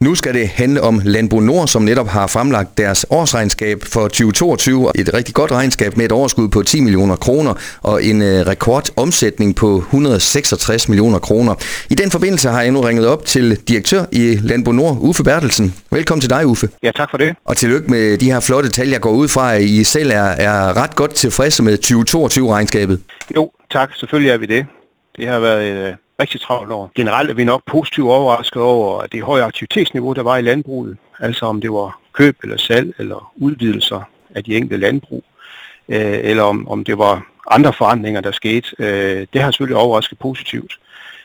Nu skal det handle om Landbrug Nord, som netop har fremlagt deres årsregnskab for 2022. Et rigtig godt regnskab med et overskud på 10 millioner kroner og en rekordomsætning på 166 millioner kroner. I den forbindelse har jeg nu ringet op til direktør i Landbrug Nord, Uffe Bertelsen. Velkommen til dig, Uffe. Ja, tak for det. Og tillykke med de her flotte tal. Jeg går ud fra, at I selv er ret godt tilfredse med 2022-regnskabet. Jo, tak. Selvfølgelig er vi det. Det har været et rigtig travlt år. Generelt er vi nok positivt overrasket over det høje aktivitetsniveau, der var i landbruget. Altså om det var køb eller salg eller udvidelser af de enkelte landbrug, eller om det var andre forandringer, der skete. Det har selvfølgelig overrasket positivt.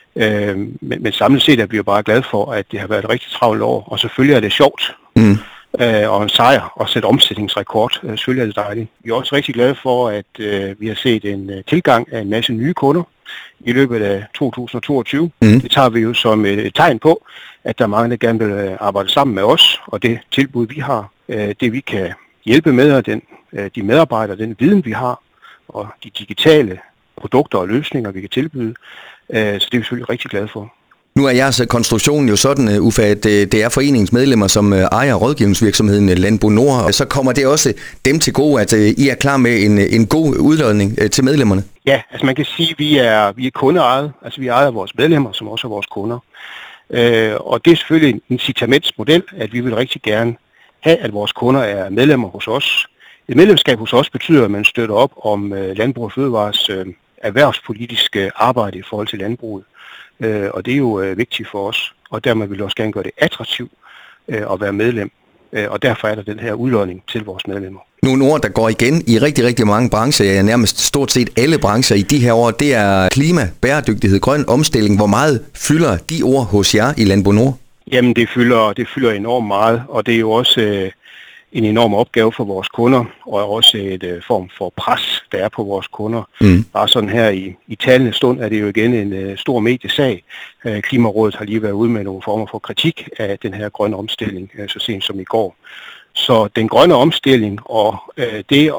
Men samlet set er vi jo bare glade for, at det har været et rigtig travlt år. Og selvfølgelig er det sjovt. Og en sejr og sætte omsætningsrekord. Selvfølgelig er det dejligt. Vi er også rigtig glade for, at vi har set en tilgang af en masse nye kunder i løbet af 2022. Det tager vi jo som et tegn på, at der er mange, der gerne vil arbejde sammen med os, og det tilbud, vi har, det vi kan hjælpe med, og de medarbejdere, den viden, vi har, og de digitale produkter og løsninger, vi kan tilbyde. Så det er vi selvfølgelig rigtig glade for. Nu er jeres konstruktion jo sådan, Uffe, at det er foreningens medlemmer, som ejer rådgivningsvirksomheden Landbrug Nord. Så kommer det også dem til gode, at I er klar med en god udlodning til medlemmerne? Ja, altså man kan sige, at vi er kundeejet. Altså vi ejer vores medlemmer, som også er vores kunder. Og det er selvfølgelig en incitamentsmodel, at vi vil rigtig gerne have, at vores kunder er medlemmer hos os. Et medlemskab hos os betyder, at man støtter op om Landbrug og Fødevares erhvervspolitiske arbejde i forhold til landbruget. Og det er jo vigtigt for os, og dermed vil vi også gerne gøre det attraktivt at være medlem. Og derfor er der den her udlodning til vores medlemmer. Nogle ord, der går igen i rigtig, rigtig mange brancher, ja, nærmest stort set alle brancher i de her år, det er klima, bæredygtighed, grøn omstilling. Hvor meget fylder de ord hos jer i Landbrug Nord? Jamen det fylder enormt meget, og det er jo også en enorm opgave for vores kunder, og også et form for pres, der er på vores kunder. Bare sådan her i talende stund er det jo igen en stor mediesag. Klimarådet har lige været ude med nogle former for kritik af den her grønne omstilling, så sent som i går. Så den grønne omstilling og det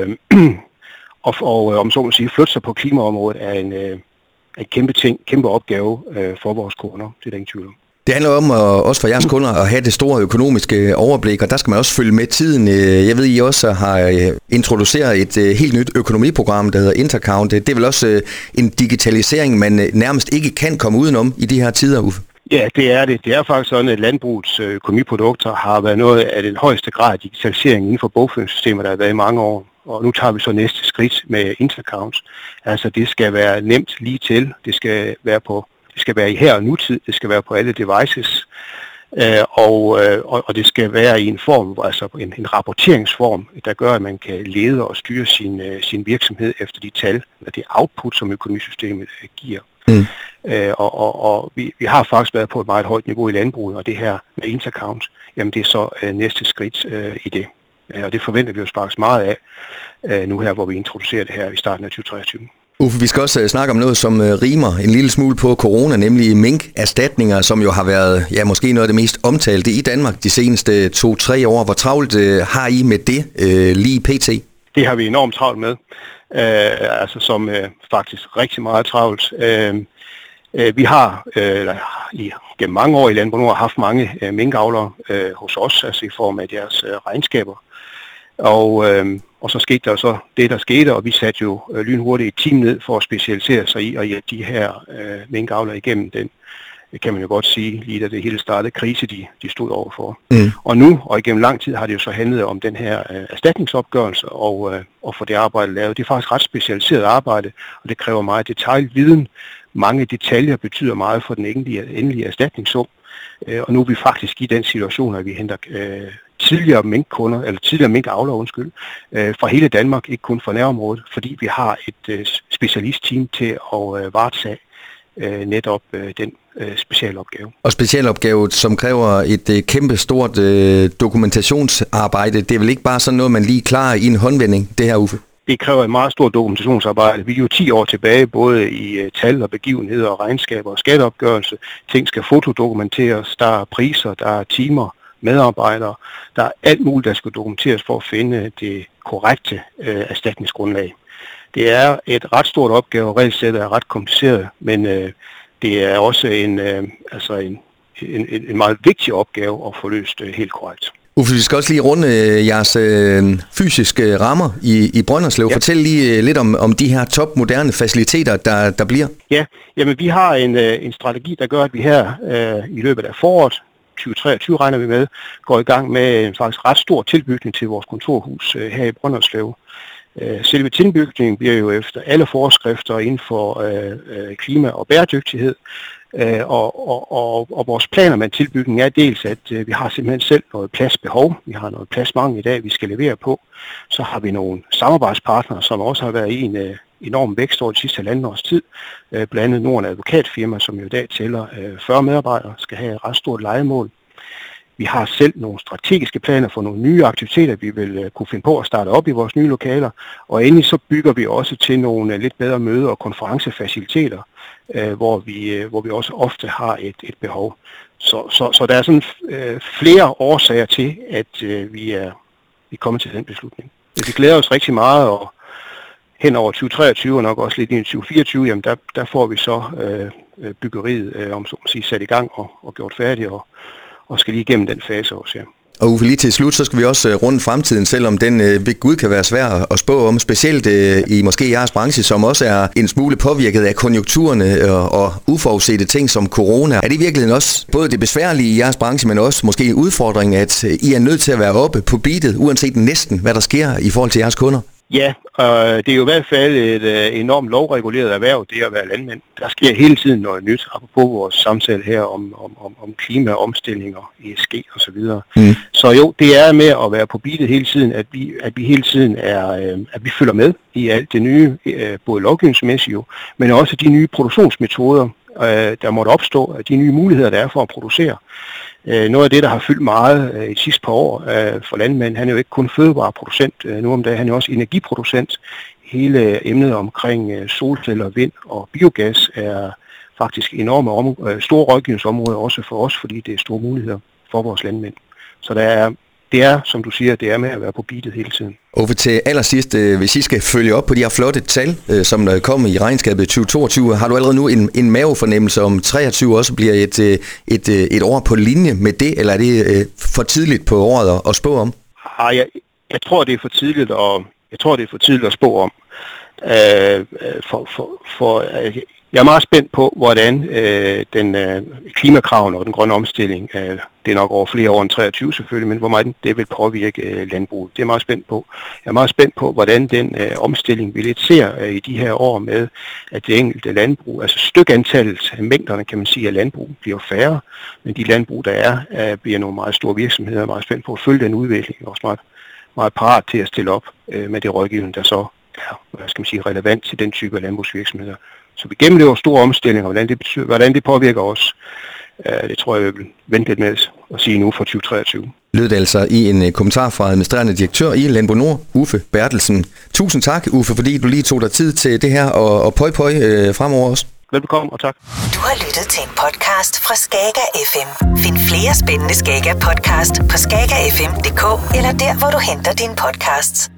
om så må sige flytte sig på klimaområdet er en kæmpe opgave for vores kunder. Det er der ingen tvivl om. Det handler om også for jeres kunder at have det store økonomiske overblik, og der skal man også følge med tiden. Jeg ved, I også har introduceret et helt nyt økonomiprogram, der hedder Intercount. Det er vel også en digitalisering, man nærmest ikke kan komme udenom i de her tider, Uffe? Ja, det er det. Det er faktisk sådan, at landbrugets økonomiprodukter har været noget af den højeste grad af digitalisering inden for bogføringssystemer, der har været i mange år. Og nu tager vi så næste skridt med Intercount. Altså det skal være nemt lige til. Det skal være i her og nutid, det skal være på alle devices, og det skal være i en form, altså en rapporteringsform, der gør, at man kan lede og styre sin virksomhed efter de tal, eller det output, som økonomisystemet giver. Og vi har faktisk været på et meget højt niveau i landbruget, og det her med Intercount, jamen det er så næste skridt i det. Og det forventer vi os faktisk meget af nu her, hvor vi introducerer det her i starten af 2023. Uffe, vi skal også snakke om noget, som rimer en lille smule på corona, nemlig minkerstatninger, som jo har været måske noget af det mest omtalte i Danmark de seneste 2-3 år. Hvor travlt har I med det lige pt? Det har vi enormt travlt med, som faktisk rigtig meget travlt. Vi har gennem mange år i Landbrug Nord haft mange minkavlere hos os, altså i form af deres regnskaber. Og så skete der så det, der skete, og vi satte jo lynhurtigt et team ned for at specialisere sig i at hjælpe de her minkavlere igennem den, kan man jo godt sige, lige da det hele startede, krise, de stod overfor. Og nu, og igennem lang tid, har det jo så handlet om den her erstatningsopgørelse og få det arbejde lavet. Det er faktisk ret specialiseret arbejde, og det kræver meget detaljviden. Mange detaljer betyder meget for den endelige erstatningssum. Og nu er vi faktisk i den situation, at vi henter tidligere minkavlere, fra hele Danmark, ikke kun fra nærområdet, fordi vi har et specialistteam til at varetage netop den specialopgave. Og specialopgave, som kræver et kæmpe stort dokumentationsarbejde, det er vel ikke bare sådan noget, man lige klarer i en håndvending, det her, Uffe? Det kræver et meget stort dokumentationsarbejde. Vi er jo 10 år tilbage, både i tal og begivenheder og regnskaber og skatteopgørelse. Ting skal fotodokumenteres, der er priser, der er timer, medarbejdere. Der er alt muligt, der skal dokumenteres for at finde det korrekte erstatningsgrundlag. Det er et ret stort opgave, og regelsættet er ret kompliceret, men det er også en meget vigtig opgave at få løst helt korrekt. Uffe, vi skal også lige runde jeres fysiske rammer i Brønderslev. Ja. Fortæl lige lidt om de her topmoderne faciliteter, der bliver. Ja, jamen vi har en strategi, der gør, at vi her i løbet af foråret, 2023 regner vi med, går i gang med en faktisk ret stor tilbygning til vores kontorhus her i Brønderslev. Selve tilbygningen bliver jo efter alle forskrifter inden for klima og bæredygtighed. Og vores planer med tilbygningen er dels, at vi har simpelthen selv noget pladsbehov. Vi har noget pladsmangel i dag, vi skal levere på. Så har vi nogle samarbejdspartnere, som også har været i en enorm vækst over de sidste halvanden års tid. Blandt andet Norden Advokatfirma, som jo i dag tæller 40 medarbejdere, skal have et ret stort lejemål. Vi har selv nogle strategiske planer for nogle nye aktiviteter, vi vil kunne finde på at starte op i vores nye lokaler. Og endelig så bygger vi også til nogle lidt bedre møde- og konferencefaciliteter, hvor vi også ofte har et behov. Så der er sådan flere årsager til, at vi er kommet til den beslutning. Vi glæder os rigtig meget, og hen over 2023 og nok også lidt i 2024, jamen der får vi så byggeriet om så at sige, sat i gang og gjort færdigt, og skal lige igennem den fase også, ja. Og Uffe, lige til slut, så skal vi også runde fremtiden, selvom den ved Gud kan være svær at spå om, specielt i måske jeres branche, som også er en smule påvirket af konjunkturerne og uforudsete ting som corona. Er det i virkeligheden også både det besværlige i jeres branche, men også måske udfordringen, at I er nødt til at være oppe på beatet, uanset næsten hvad der sker i forhold til jeres kunder? Ja, det er jo i hvert fald et enormt lovreguleret erhverv, det at være landmand. Der sker hele tiden noget nyt, apropos vores samtale her om klimaomstillinger, ESG og så videre. Så jo, det er med at være på beatet hele tiden, at vi hele tiden at vi følger med i alt det nye, både lovgivningsmæssigt jo, men også de nye produktionsmetoder, der måtte opstå, de nye muligheder, der er for at producere. Noget af det, der har fyldt meget i de sidste par år for landmænd, han er jo ikke kun fødevareproducent nu om dagen, han er også energiproducent. Hele emnet omkring solceller, vind og biogas er faktisk enorme store rådgivningsområder også for os, fordi det er store muligheder for vores landmænd. Så det er, som du siger, det er med at være på beatet hele tiden. Og til allersidst, hvis I skal følge op på de her flotte tal, som kommer i regnskabet 2022, har du allerede nu en mavefornemmelse om 23 også bliver et år på linje med det, eller er det for tidligt på året at spå om? Jeg tror, det er for tidligt at spå om. Jeg er meget spændt på, hvordan den klimakravene og den grønne omstilling, det er nok over flere år end 23 selvfølgelig, men hvor meget det vil påvirke landbruget. Det er jeg meget spændt på. Jeg er meget spændt på, hvordan den omstilling vi lidt ser i de her år med, at det enkelte landbrug, altså stykantallet, mængderne kan man sige, af landbrug bliver færre, men de landbrug, der er, bliver nogle meget store virksomheder. Jeg er meget spændt på at følge den udvikling, og også meget, meget parat til at stille op med det rådgivning, der så er, relevant til den type af landbrugsvirksomheder. Så vi gennemlever store omstillinger, hvordan det påvirker os. Det tror jeg, vi vil vente lidt med at sige nu for 2023. Lød det altså i en kommentar fra administrerende direktør i Lenbo Nord, Uffe Bertelsen. Tusind tak, Uffe, fordi du lige tog dig tid til det her, og pøj fremover også. Velbekomme, og tak. Du har lyttet til en podcast fra Skager FM. Find flere spændende Skager podcast på skagerfm.dk eller der, hvor du henter dine podcasts.